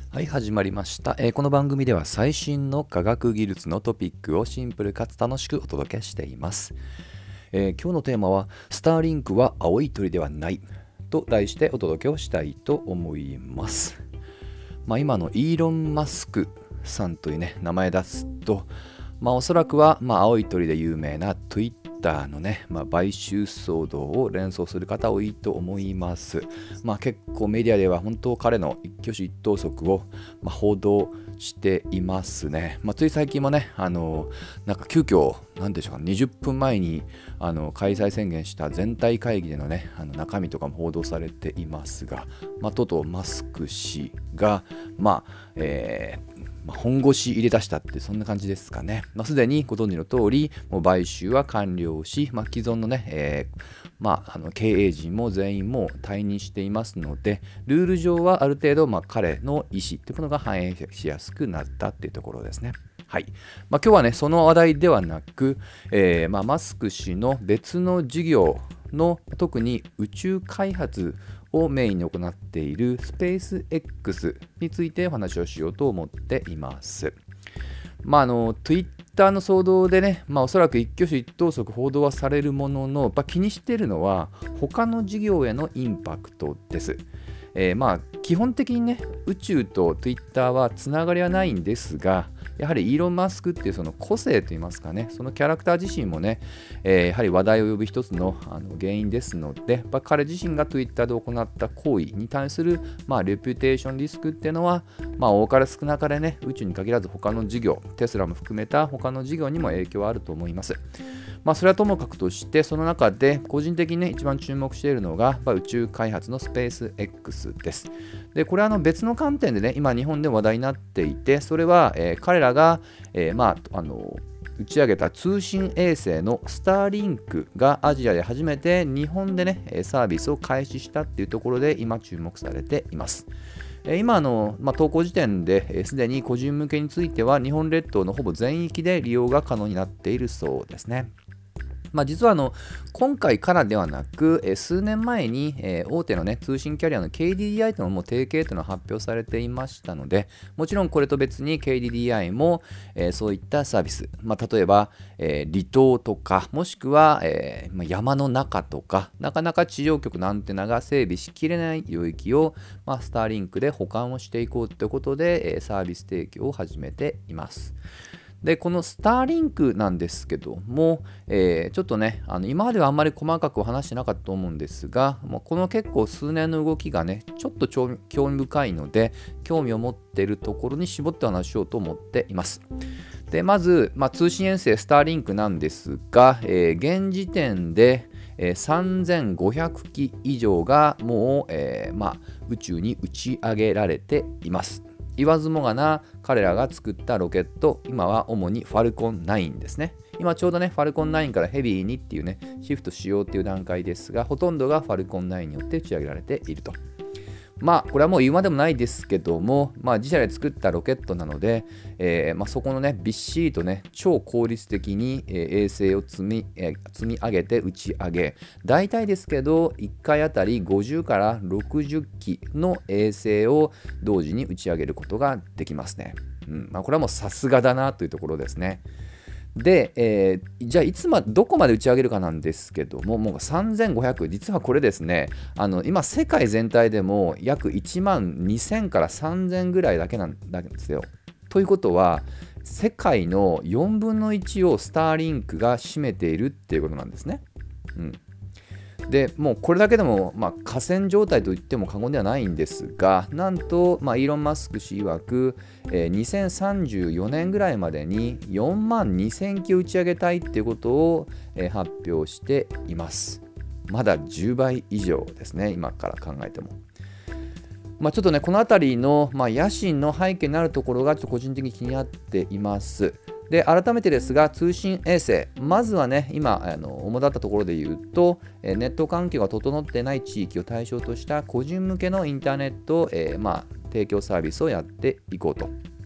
はい、始まりました。この番組では最新の科学技術のトピックをシンプルかつ楽しくお届けしています。今日のテーマはスターリンクは青い鳥ではないと題してお届けをしたいと思います。今のイーロン・マスクさんというね名前出すと、おそらくは、青い鳥で有名な Twitter のね、買収騒動を連想する方多いと思います。結構メディアでは本当彼の一挙手一投足を、報道していますね。つい最近もね、なんか急遽、なんでしょうか、20分前に開催宣言した全体会議でのね、中身とかも報道されていますが、とうとうマスク氏が、本腰入れ出したってそんな感じですかね。すでにご存知の通り、もう買収は完了し、既存のね、経営陣も全員も退任していますので、ルール上はある程度、彼の意思というものが反映しやすくなったっていうところですね。はい。今日はね、その話題ではなく、マスク氏の別の事業の特に宇宙開発をメインに行っているスペース X についてお話をしようと思っています。Twitter の騒動でね、おそらく一挙手一投足報道はされるものの、気にしているのは他の事業へのインパクトです。基本的にね、宇宙と Twitter はつながりはないんですが、やはりイーロン・マスクっていうその個性といいますかね、そのキャラクター自身もね、やはり話題を呼ぶ一つの原因ですので、彼自身が Twitter で行った行為に対する、レピュテーションリスクっていうのは、多かれ少なかれね、宇宙に限らず他の事業、テスラも含めた他の事業にも影響はあると思います。それはともかくとして、その中で個人的にね、一番注目しているのが、宇宙開発のスペース X です。で、これは別の観点でね、今日本で話題になっていて、それは、彼らが、打ち上げた通信衛星のスターリンクがアジアで初めて日本でね、サービスを開始したっていうところで今注目されています。今投稿時点ですでに個人向けについては日本列島のほぼ全域で利用が可能になっているそうですね。実は今回からではなく、数年前に、大手の、ね、通信キャリアの KDDI とのもう提携というのが発表されていましたので、もちろんこれと別に KDDI も、そういったサービス、例えば、離島とか、もしくは、山の中とか、なかなか地上局のアンテナが整備しきれない領域を、スターリンクで保管をしていこうということで、サービス提供を始めています。で、このスターリンクなんですけども、ちょっとね、今まではあんまり細かく話してなかったと思うんですが、この結構数年の動きがね、ちょっと興味深いので、興味を持っているところに絞って話しようと思っています。で、まず、通信衛星スターリンクなんですが、現時点で、3500機以上がもう、宇宙に打ち上げられています。言わずもがな彼らが作ったロケット、今は主にファルコン9ですね。今ちょうどね、ファルコン9からヘビーにっていうね、シフトしようっていう段階ですが、ほとんどがファルコン9によって打ち上げられていると。これはもう言うまでもないですけども、自社で作ったロケットなので、そこのね、びっしりとね、超効率的に、衛星を積み上げて打ち上げ、大体ですけど、1回あたり50から60機の衛星を同時に打ち上げることができますね。これはもうさすがだなというところですね。で、じゃあどこまで打ち上げるかなんですけども、もう3500、実はこれですね、今世界全体でも約1万2000から3000ぐらいだけなんですよ。ということは、世界の4分の1をスターリンクが占めているっていうことなんですね。でもうこれだけでも、寡占状態と言っても過言ではないんですが、なんと、イーロン・マスク氏曰く、2034年ぐらいまでに4万2000機を打ち上げたいっていうことを、発表しています。まだ10倍以上ですね、今から考えても。ちょっとね、この辺りの、野心の背景になるところがちょっと個人的に気になっています。で、改めてですが、通信衛星、まずはね、今、主だったところで言うと、ネット環境が整っていない地域を対象とした個人向けのインターネット、提供サービスをやっていこうと。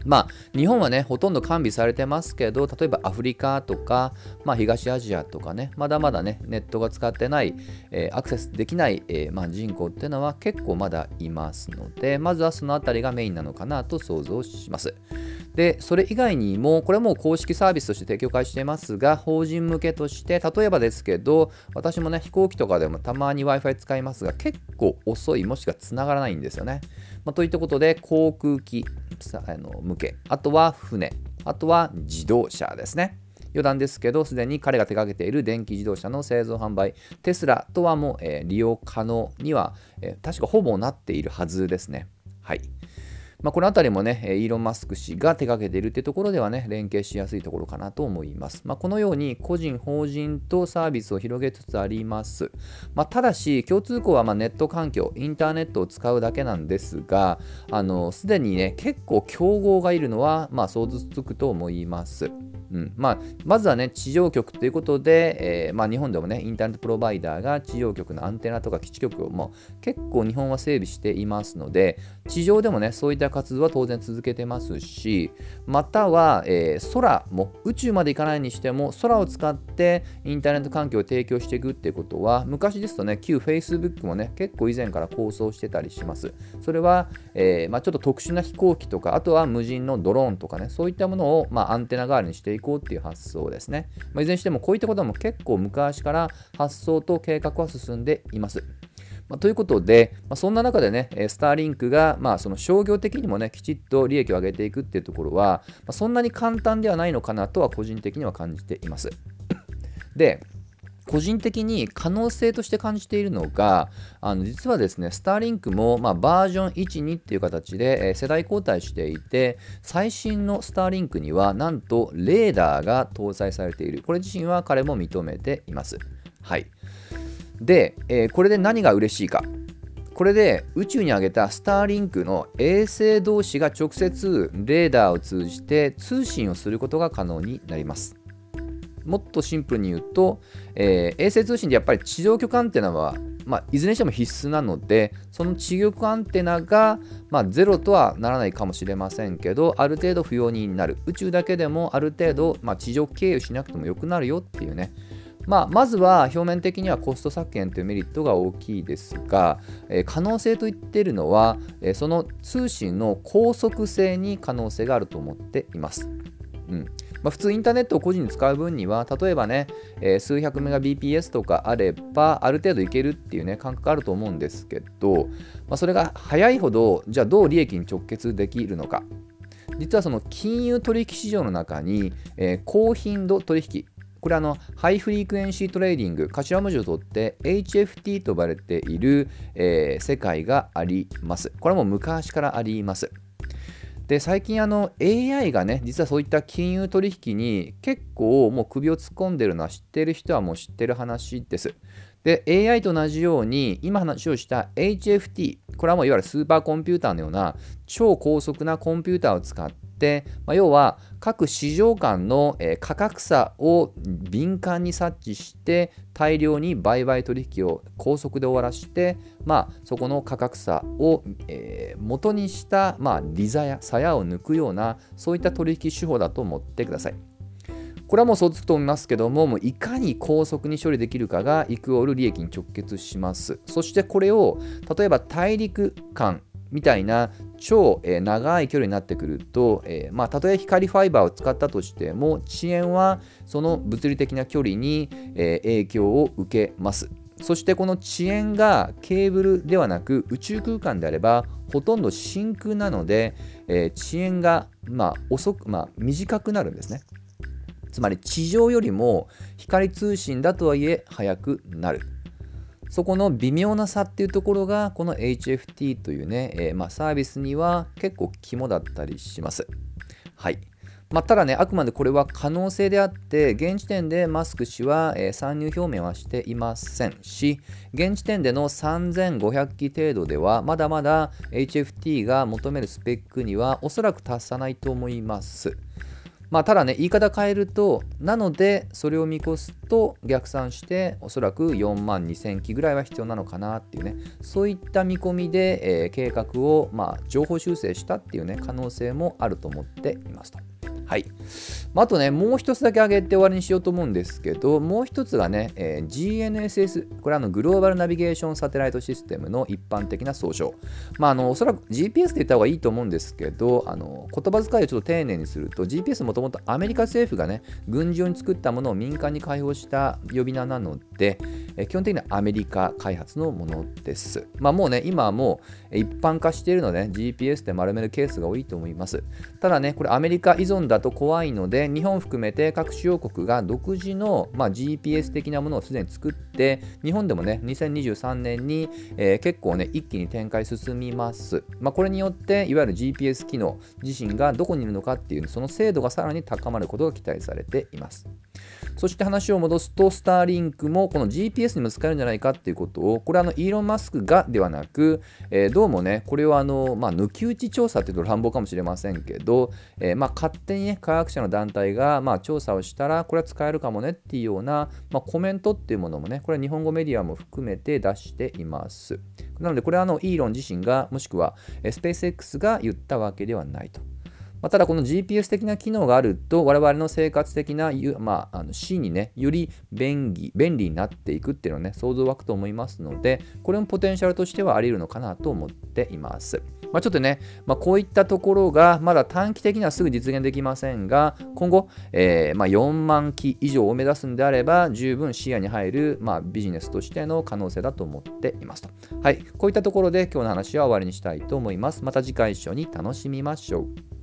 日本はね、ほとんど完備されてますけど、例えばアフリカとか、東アジアとかね、まだまだね、ネットが使ってない、アクセスできない、人口っていうのは結構まだいますので、まずはそのあたりがメインなのかなと想像します。で、それ以外にも、これはもう公式サービスとして提供開始していますが、法人向けとして、例えばですけど、私もね、飛行機とかでもたまに Wi-Fi 使いますが、結構遅い、もしくは繋がらないんですよね。といったことで、航空機向け、あとは船、あとは自動車ですね。余談ですけど、すでに彼が手掛けている電気自動車の製造販売、テスラとはもう、利用可能には、確かほぼなっているはずですね。はい。このあたりもね、イーロン・マスク氏が手掛けているというところではね、連携しやすいところかなと思います。このように個人、法人とサービスを広げつつあります。ただし、共通項はネット環境、インターネットを使うだけなんですが、すでにね、結構競合がいるのは、想像つくと思います。まずはね、地上局ということで、日本でもね、インターネットプロバイダーが地上局のアンテナとか基地局をも結構日本は整備していますので、地上でもね、そういった活動は当然続けてますし、または、空も宇宙まで行かないにしても空を使ってインターネット環境を提供していくっていうことは、昔ですとね、旧 Facebook もね、結構以前から構想してたりします。それは、ちょっと特殊な飛行機とか、あとは無人のドローンとかね、そういったものを、アンテナ代わりにしていこうっていう発想ですね。いずれにしてもこういったことも結構昔から発想と計画は進んでいます。ということで、そんな中でね、スターリンクが、その商業的にもね、きちっと利益を上げていくっていうところは、そんなに簡単ではないのかなとは個人的には感じています。で、個人的に可能性として感じているのが、実はですね、スターリンクも、バージョン1、2っていう形で、世代交代していて、最新のスターリンクにはなんとレーダーが搭載されている。これ自身は彼も認めています。はい。で、これで何が嬉しいか。これで宇宙に上げたスターリンクの衛星同士が直接レーダーを通じて通信をすることが可能になります。もっとシンプルに言うと、衛星通信でやっぱり地上局アンテナは、いずれにしても必須なので、その地上局アンテナが、ゼロとはならないかもしれませんけど、ある程度不要になる。宇宙だけでもある程度、地上経由しなくてもよくなるよっていうね。まずは表面的にはコスト削減というメリットが大きいですが、可能性と言っているのは、その通信の高速性に可能性があると思っています。普通インターネットを個人に使う分には、例えばね、数百メガ BPS とかあればある程度いけるっていうね感覚あると思うんですけど、それが早いほどじゃあどう利益に直結できるのか。実はその金融取引市場の中に、高頻度取引、これハイフリークエンシートレーディング、頭文字を取って HFT と呼ばれている、世界があります。これはもう昔からあります。で、最近AI がね、実はそういった金融取引に結構もう首を突っ込んでるのは知ってる人はもう知ってる話です。で、AI と同じように今話をした HFT、これはもういわゆるスーパーコンピューターのような超高速なコンピューターを使って、要は各市場間の価格差を敏感に察知して大量に売買取引を高速で終わらして、そこの価格差を元にした利差や鞘を抜くようなそういった取引手法だと思ってください。これはもう想像つくと思いますけども、いかに高速に処理できるかがイクオール利益に直結します。そしてこれを例えば大陸間みたいな超長い距離になってくると、たとえ光ファイバーを使ったとしても遅延はその物理的な距離に影響を受けます。そしてこの遅延がケーブルではなく宇宙空間であればほとんど真空なので、遅延が短くなるんですね。つまり地上よりも光通信だとはいえ速くなる。そこの微妙な差っていうところがこの HFT というね、サービスには結構肝だったりします。はい。ただね、あくまでこれは可能性であって、現時点でマスク氏は、参入表明はしていませんし、現時点での3500機程度ではまだまだ HFT が求めるスペックにはおそらく達さないと思います。 ただね、言い方変えると、なのでそれを見越すと逆算しておそらく4万2000機ぐらいは必要なのかなっていうね、そういった見込みで、計画を情報修正したっていうね可能性もあると思っていますと。はい。あとね、もう一つだけ挙げて終わりにしようと思うんですけど、もう一つがね、GNSS、これはグローバルナビゲーションサテライトシステムの一般的な総称。おそらく GPS って言った方がいいと思うんですけど、言葉遣いをちょっと丁寧にすると、GPS もともとアメリカ政府がね、軍事用に作ったものを民間に開放した呼び名なので、基本的にはアメリカ開発のものです。もうね、今はもう一般化しているので、GPS で丸めるケースが多いと思います。ただね、これアメリカ依存だと怖いので、日本を含めて各主要国が独自の、GPS 的なものをすでに作って、日本でもね、2023年に、結構ね、一気に展開進みます。これによって、いわゆる GPS 機能自身がどこにいるのかっていう、その精度がさらに高まることが期待されています。そして話を戻すと、スターリンクもこの GPS にも使えるんじゃないかっていうことを、これイーロン・マスクがではなく、どうもね、これを抜き打ち調査っていうと乱暴かもしれませんけど、勝手にね、科学者の団体が調査をしたら、これは使えるかもねっていうような、コメントっていうものもね、これは日本語メディアも含めて出しています。なので、これはイーロン自身が、もしくはスペース X が言ったわけではないと。ただこの GPS 的な機能があると我々の生活的な、シーンにねより便利になっていくっていうのはね想像湧くと思いますので、これもポテンシャルとしてはあり得るのかなと思っています。ちょっとね、こういったところがまだ短期的にはすぐ実現できませんが、今後、4万機以上を目指すんであれば十分視野に入る、ビジネスとしての可能性だと思っていますと。はい、こういったところで今日の話は終わりにしたいと思います。また次回一緒に楽しみましょう。